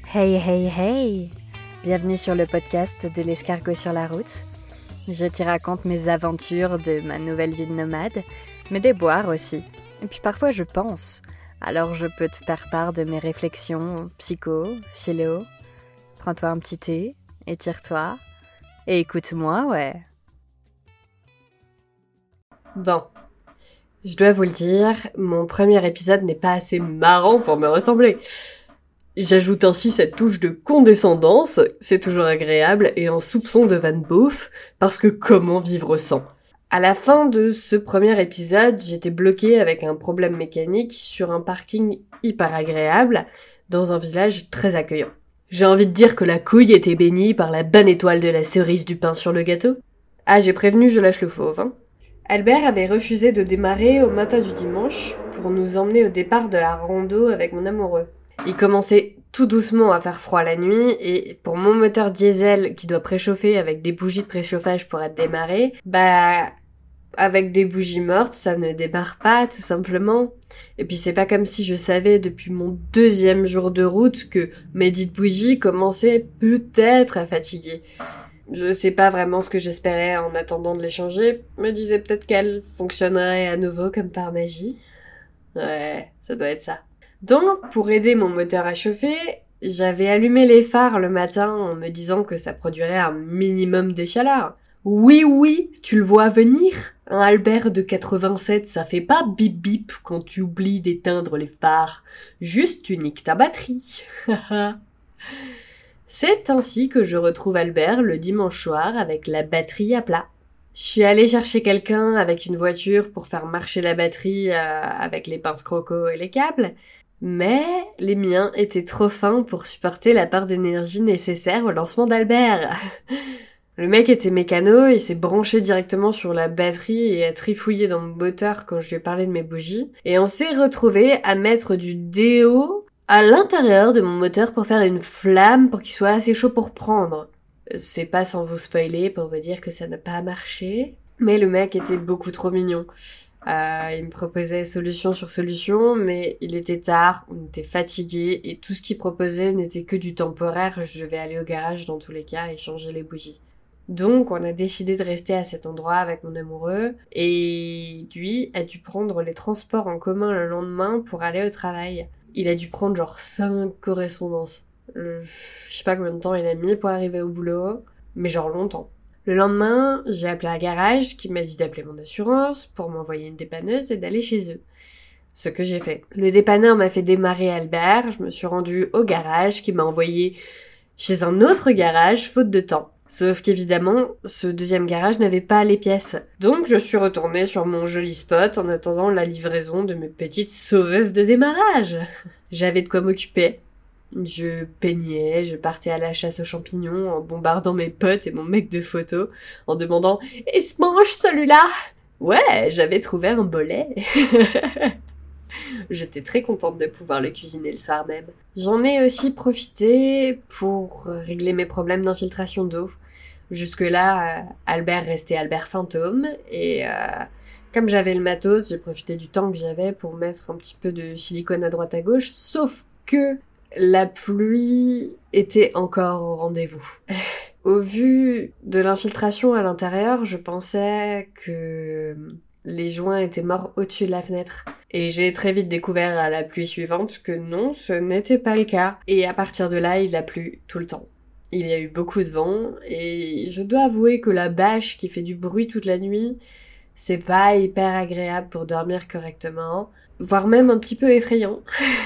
Hey hey hey! Bienvenue sur le podcast de l'escargot sur la route. Je t'y raconte mes aventures de ma nouvelle vie de nomade, mes déboires aussi. Et puis parfois je pense, alors je peux te faire part de mes réflexions psycho, philo. Prends-toi un petit thé, étire-toi et écoute-moi, ouais. Bon, je dois vous le dire, mon premier épisode n'est pas assez marrant pour me ressembler. J'ajoute ainsi cette touche de condescendance, c'est toujours agréable, et un soupçon de Van Beauf, parce que comment vivre sans? À la fin de ce premier épisode, j'étais bloquée avec un problème mécanique sur un parking hyper agréable, dans un village très accueillant. J'ai envie de dire que la couille était bénie par la bonne étoile de la cerise du pain sur le gâteau. Ah, j'ai prévenu, je lâche le fauve, hein. Albert avait refusé de démarrer au matin du dimanche pour nous emmener au départ de la rando avec mon amoureux. Il commençait tout doucement à faire froid la nuit et pour mon moteur diesel qui doit préchauffer avec des bougies de préchauffage pour être démarré, avec des bougies mortes, ça ne démarre pas tout simplement. Et puis c'est pas comme si je savais depuis mon deuxième jour de route que mes dites bougies commençaient peut-être à fatiguer. Je sais pas vraiment ce que j'espérais en attendant de les changer. Je me disais peut-être qu'elles fonctionneraient à nouveau comme par magie. Ouais, ça doit être ça. Donc, pour aider mon moteur à chauffer, j'avais allumé les phares le matin en me disant que ça produirait un minimum de chaleur. Oui, tu le vois venir? Un Albert de 87, ça fait pas bip bip quand tu oublies d'éteindre les phares. Juste tu niques ta batterie. C'est ainsi que je retrouve Albert le dimanche soir avec la batterie à plat. Je suis allée chercher quelqu'un avec une voiture pour faire marcher la batterie avec les pinces croco et les câbles, mais les miens étaient trop fins pour supporter la part d'énergie nécessaire au lancement d'Albert. Le mec était mécano, il s'est branché directement sur la batterie et a trifouillé dans mon moteur quand je lui ai parlé de mes bougies, et on s'est retrouvés à mettre du déo à l'intérieur de mon moteur pour faire une flamme pour qu'il soit assez chaud pour prendre. C'est pas sans vous spoiler pour vous dire que ça n'a pas marché, mais le mec était beaucoup trop mignon. Il me proposait solution sur solution, mais il était tard, on était fatigués, et tout ce qu'il proposait n'était que du temporaire. Je vais aller au garage dans tous les cas et changer les bougies. Donc on a décidé de rester à cet endroit avec mon amoureux, et lui a dû prendre les transports en commun le lendemain pour aller au travail. Il a dû prendre genre 5 correspondances. Je sais pas combien de temps il a mis pour arriver au boulot, mais genre longtemps. Le lendemain, j'ai appelé un garage qui m'a dit d'appeler mon assurance pour m'envoyer une dépanneuse et d'aller chez eux. Ce que j'ai fait. Le dépanneur m'a fait démarrer Albert, je me suis rendue au garage qui m'a envoyé chez un autre garage faute de temps. Sauf qu'évidemment, ce deuxième garage n'avait pas les pièces. Donc je suis retournée sur mon joli spot en attendant la livraison de mes petites sauveuses de démarrage. J'avais de quoi m'occuper. Je peignais, je partais à la chasse aux champignons en bombardant mes potes et mon mec de photo en demandant « Il se mange celui-là ?» Ouais, j'avais trouvé un bolet. J'étais très contente de pouvoir le cuisiner le soir même. J'en ai aussi profité pour régler mes problèmes d'infiltration d'eau. Jusque-là, Albert restait Albert fantôme, et comme j'avais le matos, j'ai profité du temps que j'avais pour mettre un petit peu de silicone à droite à gauche, sauf que la pluie était encore au rendez-vous. Au vu de l'infiltration à l'intérieur, je pensais que les joints étaient morts au-dessus de la fenêtre. Et j'ai très vite découvert à la pluie suivante que non, ce n'était pas le cas. Et à partir de là, il a plu tout le temps. Il y a eu beaucoup de vent, et je dois avouer que la bâche qui fait du bruit toute la nuit, c'est pas hyper agréable pour dormir correctement, voire même un petit peu effrayant.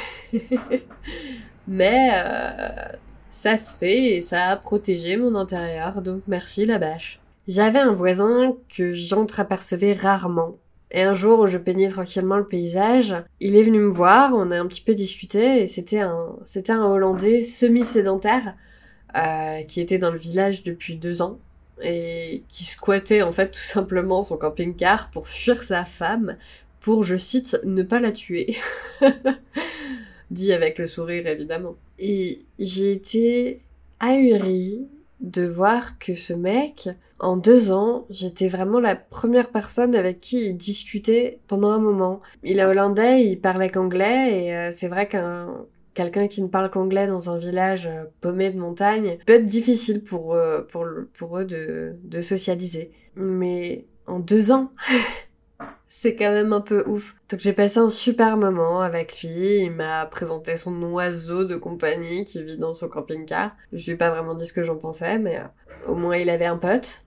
Mais ça se fait et ça a protégé mon intérieur, donc merci la bâche. J'avais un voisin que j'entreapercevais rarement. Et un jour où je peignais tranquillement le paysage, il est venu me voir, on a un petit peu discuté, et c'était un Hollandais semi-sédentaire qui était dans le village depuis 2 ans et qui squattait en fait tout simplement son camping-car pour fuir sa femme, pour, je cite, ne pas la tuer. Dit avec le sourire évidemment. Et j'ai été ahurie de voir que ce mec, en 2 ans, j'étais vraiment la première personne avec qui il discutait pendant un moment. Il est hollandais, il parlait qu'anglais, et c'est vrai qu'un quelqu'un qui ne parle qu'anglais dans un village paumé de montagne peut être difficile pour eux de socialiser. Mais en 2 ans, c'est quand même un peu ouf. Donc j'ai passé un super moment avec lui, il m'a présenté son oiseau de compagnie qui vit dans son camping-car. Je lui ai pas vraiment dit ce que j'en pensais, mais au moins il avait un pote.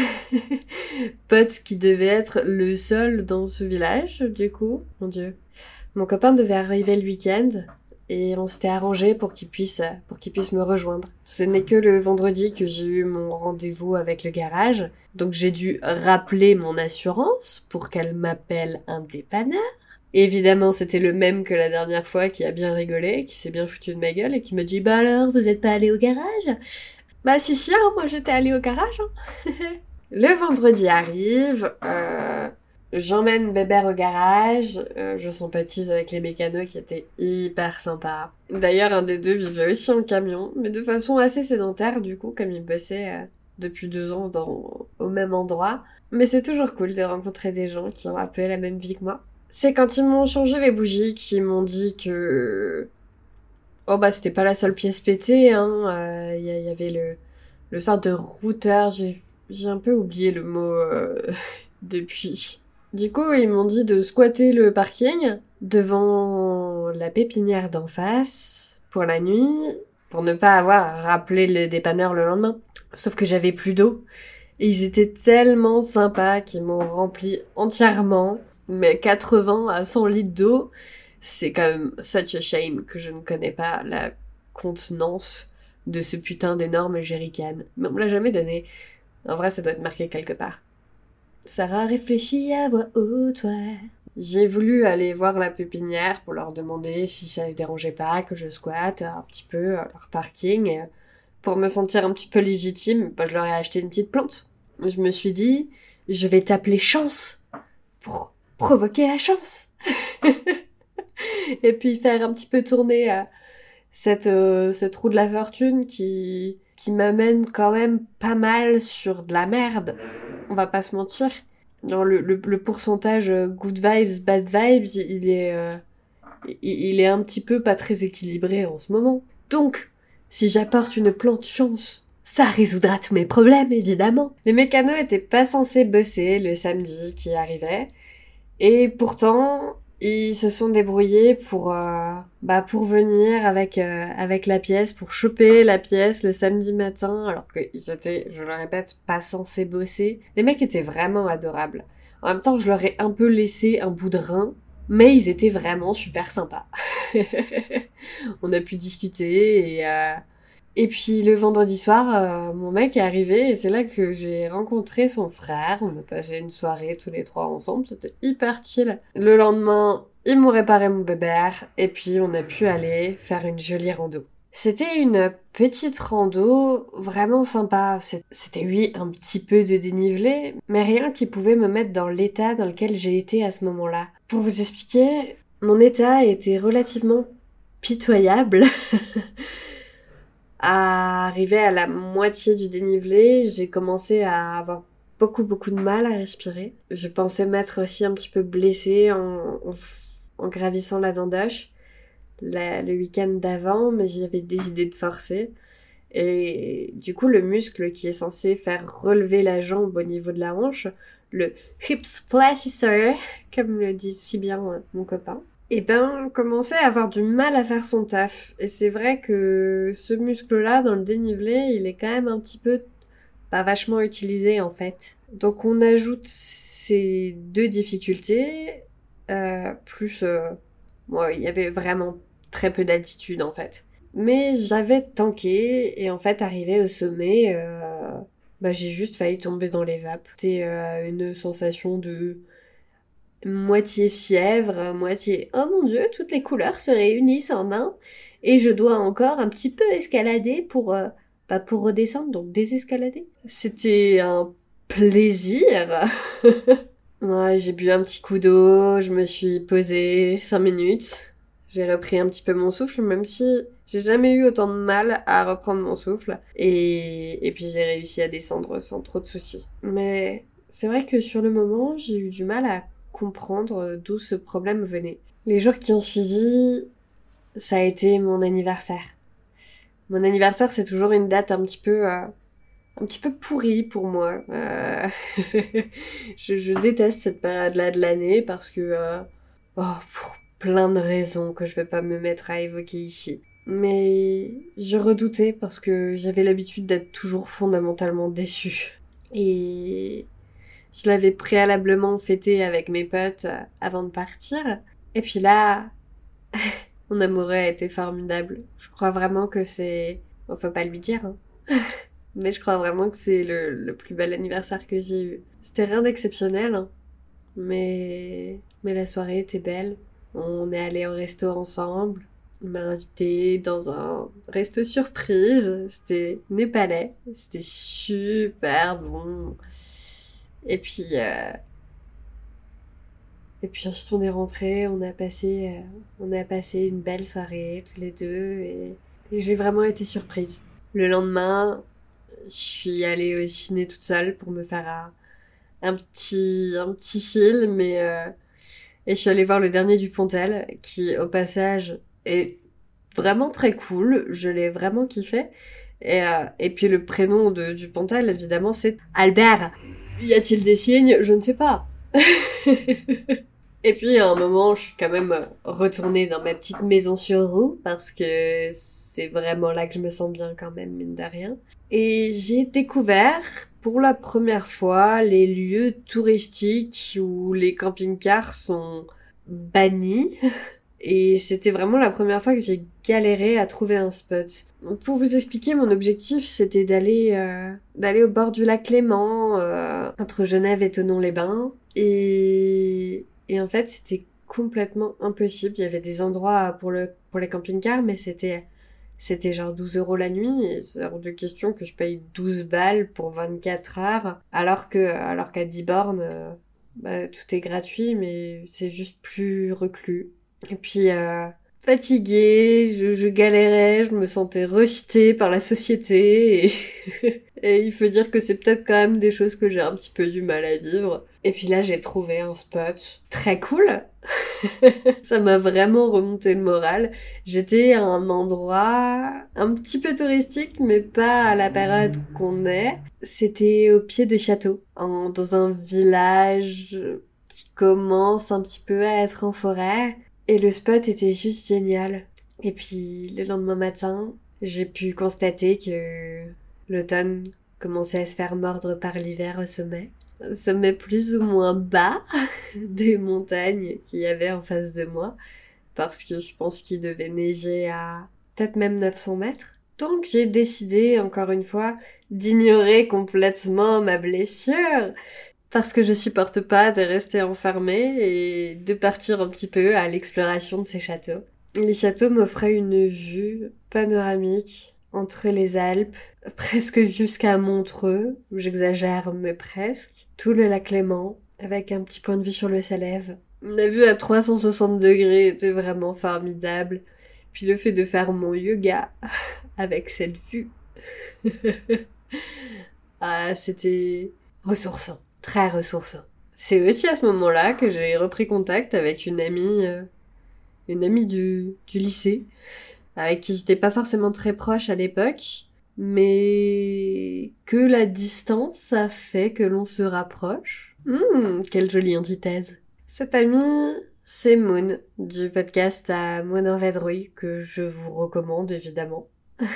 Pote qui devait être le seul dans ce village, du coup. Mon Dieu. Mon copain devait arriver le week-end et on s'était arrangé pour qu'il puisse me rejoindre. Ce n'est que le vendredi que j'ai eu mon rendez-vous avec le garage, donc j'ai dû rappeler mon assurance pour qu'elle m'appelle un dépanneur. Évidemment, c'était le même que la dernière fois qui a bien rigolé, qui s'est bien foutu de ma gueule et qui me dit « Bah alors, vous êtes pas allé au garage ?» Bah si, moi j'étais allée au garage. Hein. Le vendredi arrive, j'emmène Bébert au garage, je sympathise avec les mécanos qui étaient hyper sympas. D'ailleurs, un des deux vivait aussi en camion, mais de façon assez sédentaire du coup, comme il bossait depuis 2 ans au même endroit. Mais c'est toujours cool de rencontrer des gens qui ont un peu la même vie que moi. C'est quand ils m'ont changé les bougies qu'ils m'ont dit que... Oh bah c'était pas la seule pièce pétée, hein, y avait le sort de routeur, j'ai un peu oublié le mot depuis. Du coup, ils m'ont dit de squatter le parking devant la pépinière d'en face pour la nuit, pour ne pas avoir à rappeler le dépanneur le lendemain. Sauf que j'avais plus d'eau. Et ils étaient tellement sympas qu'ils m'ont rempli entièrement, mais 80 à 100 litres d'eau. C'est quand même such a shame que je ne connais pas la contenance de ce putain d'énorme jerrycan. Mais on me l'a jamais donné. En vrai, ça doit être marqué quelque part. Sarah réfléchit à voix haute, ouais. J'ai voulu aller voir la pépinière pour leur demander si ça ne dérangeait pas que je squatte un petit peu leur parking. Pour me sentir un petit peu légitime, bah, je leur ai acheté une petite plante. Je me suis dit, je vais t'appeler Chance pour provoquer la chance. Et puis faire un petit peu tourner cette roue de la fortune qui m'amène quand même pas mal sur de la merde. On va pas se mentir. Non, le pourcentage good vibes, bad vibes, il est un petit peu pas très équilibré en ce moment. Donc, si j'apporte une plante chance, ça résoudra tous mes problèmes, évidemment. Les mécanos étaient pas censés bosser le samedi qui arrivait. Et pourtant, ils se sont débrouillés pour venir avec la pièce, pour choper la pièce le samedi matin, alors qu'ils étaient, je le répète, pas censés bosser. Les mecs étaient vraiment adorables. En même temps, je leur ai un peu laissé un bout de rein, mais ils étaient vraiment super sympas. On a pu discuter et puis le vendredi soir, mon mec est arrivé et c'est là que j'ai rencontré son frère. On a passé une soirée tous les 3 ensemble, c'était hyper chill. Le lendemain, ils m'ont réparé mon bébert et puis on a pu aller faire une jolie rando. C'était une petite rando vraiment sympa. C'était oui, un petit peu de dénivelé, mais rien qui pouvait me mettre dans l'état dans lequel j'ai été à ce moment-là. Pour vous expliquer, mon état était relativement pitoyable. À arriver à la moitié du dénivelé, j'ai commencé à avoir beaucoup de mal à respirer. Je pensais m'être aussi un petit peu blessée en gravissant la Dandoche le week-end d'avant, mais j'avais décidé de forcer. Et du coup, le muscle qui est censé faire relever la jambe au niveau de la hanche, le hips flexor, comme le dit si bien mon copain, commençait à avoir du mal à faire son taf. Et c'est vrai que ce muscle-là, dans le dénivelé, il est quand même un petit peu pas vachement utilisé, en fait. Donc on ajoute ces 2 difficultés, plus... il y avait vraiment très peu d'altitude, en fait. Mais j'avais tanké, et en fait, arrivé au sommet, j'ai juste failli tomber dans les vapes. C'était une sensation de... moitié fièvre, moitié « Oh mon Dieu, toutes les couleurs se réunissent en un et je dois encore un petit peu escalader pour redescendre, donc désescalader. » C'était un plaisir. Ouais, j'ai bu un petit coup d'eau, je me suis posée 5 minutes. J'ai repris un petit peu mon souffle, même si j'ai jamais eu autant de mal à reprendre mon souffle. Et puis j'ai réussi à descendre sans trop de soucis. Mais c'est vrai que sur le moment, j'ai eu du mal à comprendre d'où ce problème venait. Les jours qui ont suivi, ça a été mon anniversaire. Mon anniversaire, c'est toujours une date un petit peu pourrie pour moi. Je déteste cette période-là de l'année parce que pour plein de raisons que je vais pas me mettre à évoquer ici. Mais je redoutais parce que j'avais l'habitude d'être toujours fondamentalement déçue. Et je l'avais préalablement fêté avec mes potes avant de partir. Et puis là, mon amoureux a été formidable. Je crois vraiment que c'est... Bon, faut pas lui dire, hein. Mais je crois vraiment que c'est le plus bel anniversaire que j'ai eu. C'était rien d'exceptionnel, hein. Mais la soirée était belle. On est allé au resto ensemble. Il m'a invité dans un resto surprise. C'était népalais. C'était super bon. Et puis ensuite on est rentrés, on a passé une belle soirée tous les deux et j'ai vraiment été surprise. Le lendemain, je suis allée au ciné toute seule pour me faire un petit film et je suis allée voir le dernier du Pontel qui au passage est vraiment très cool, je l'ai vraiment kiffé. Et puis le prénom du Pontel évidemment c'est Albert. Y a-t-il des signes? Je ne sais pas. Et puis à un moment, je suis quand même retournée dans ma petite maison sur roue parce que c'est vraiment là que je me sens bien quand même, mine de rien. Et j'ai découvert pour la première fois les lieux touristiques où les camping-cars sont bannis. Et c'était vraiment la première fois que j'ai galéré à trouver un spot. Pour vous expliquer, mon objectif, c'était d'aller au bord du lac Léman, entre Genève et Thonon-les-Bains. Et en fait, c'était complètement impossible. Il y avait des endroits pour les camping-cars, mais c'était genre 12 € la nuit. Et c'est hors de question que je paye 12 balles pour 24 heures, alors qu'à 10 bornes, tout est gratuit, mais c'est juste plus reclus. Et puis, fatiguée, je galérais, je me sentais rejetée par la société et il faut dire que c'est peut-être quand même des choses que j'ai un petit peu du mal à vivre. Et puis là, j'ai trouvé un spot très cool. Ça m'a vraiment remonté le moral. J'étais à un endroit un petit peu touristique, mais pas à la période qu'on est. C'était au pied de château, dans un village qui commence un petit peu à être en forêt. Et le spot était juste génial. Et puis, le lendemain matin, j'ai pu constater que l'automne commençait à se faire mordre par l'hiver au sommet. Sommet plus ou moins bas des montagnes qu'il y avait en face de moi. Parce que je pense qu'il devait neiger à peut-être même 900 mètres. Donc j'ai décidé, encore une fois, d'ignorer complètement ma blessure. Parce que je supporte pas de rester enfermée et de partir un petit peu à l'exploration de ces châteaux. Les châteaux m'offraient une vue panoramique entre les Alpes, presque jusqu'à Montreux, où j'exagère mais presque. Tout le lac Léman, avec un petit point de vue sur le Salève. La vue à 360 degrés était vraiment formidable. Puis le fait de faire mon yoga avec cette vue. C'était ressourçant. Très ressourçant. C'est aussi à ce moment-là que j'ai repris contact avec une amie du lycée, avec qui j'étais pas forcément très proche à l'époque, mais que la distance a fait que l'on se rapproche. Quelle jolie antithèse. Cette amie, c'est Moon, du podcast à Moon en Vadrouille, que je vous recommande évidemment.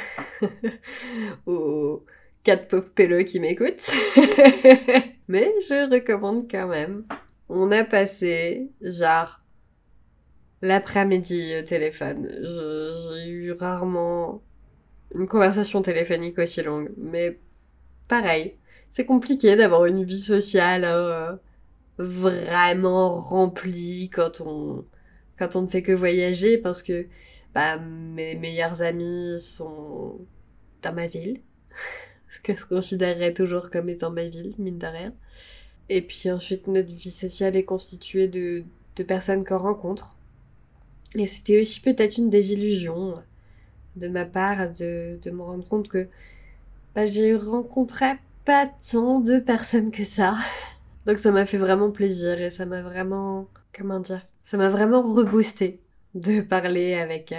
Aux 4 pauvres pelleux qui m'écoutent. Mais je recommande quand même. On a passé, genre, l'après-midi au téléphone. J'ai eu rarement une conversation téléphonique aussi longue. Mais pareil, c'est compliqué d'avoir une vie sociale vraiment remplie quand on ne fait que voyager parce que mes meilleurs amis sont dans ma ville. Ce que je considérerais toujours comme étant ma ville, mine de rien. Et puis ensuite, notre vie sociale est constituée de personnes qu'on rencontre. Et c'était aussi peut-être une désillusion de ma part de me rendre compte que j'ai rencontré pas tant de personnes que ça. Donc ça m'a fait vraiment plaisir et ça m'a vraiment reboosté de parler avec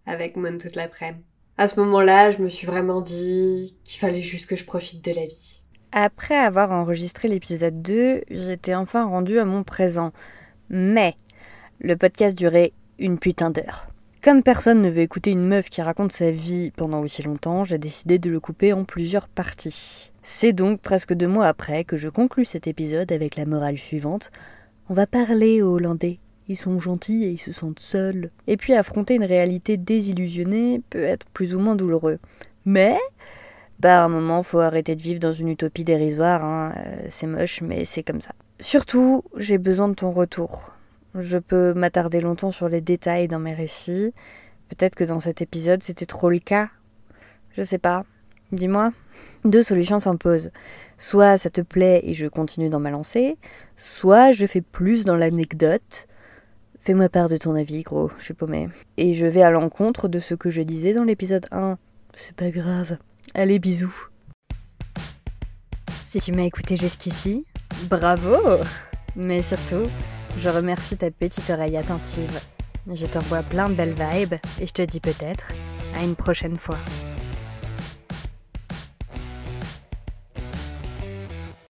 avec Mon toute l'après-midi. À ce moment-là, je me suis vraiment dit qu'il fallait juste que je profite de la vie. Après avoir enregistré l'épisode 2, j'étais enfin rendue à mon présent. Mais le podcast durait une putain d'heure. Comme personne ne veut écouter une meuf qui raconte sa vie pendant aussi longtemps, j'ai décidé de le couper en plusieurs parties. C'est donc presque 2 mois après que je conclus cet épisode avec la morale suivante. On va parler aux Hollandais. Ils sont gentils et ils se sentent seuls. Et puis affronter une réalité désillusionnée peut être plus ou moins douloureux. Mais, à un moment, faut arrêter de vivre dans une utopie dérisoire. C'est moche, mais c'est comme ça. Surtout, j'ai besoin de ton retour. Je peux m'attarder longtemps sur les détails dans mes récits. Peut-être que dans cet épisode, c'était trop le cas. Je sais pas. Dis-moi. 2 solutions s'imposent. Soit ça te plaît et je continue dans ma lancée, soit je fais plus dans l'anecdote. Fais-moi part de ton avis, gros, je suis paumée. Et je vais à l'encontre de ce que je disais dans l'épisode 1. C'est pas grave. Allez, bisous. Si tu m'as écouté jusqu'ici, bravo! Mais surtout, je remercie ta petite oreille attentive. Je t'envoie plein de belles vibes et je te dis peut-être à une prochaine fois.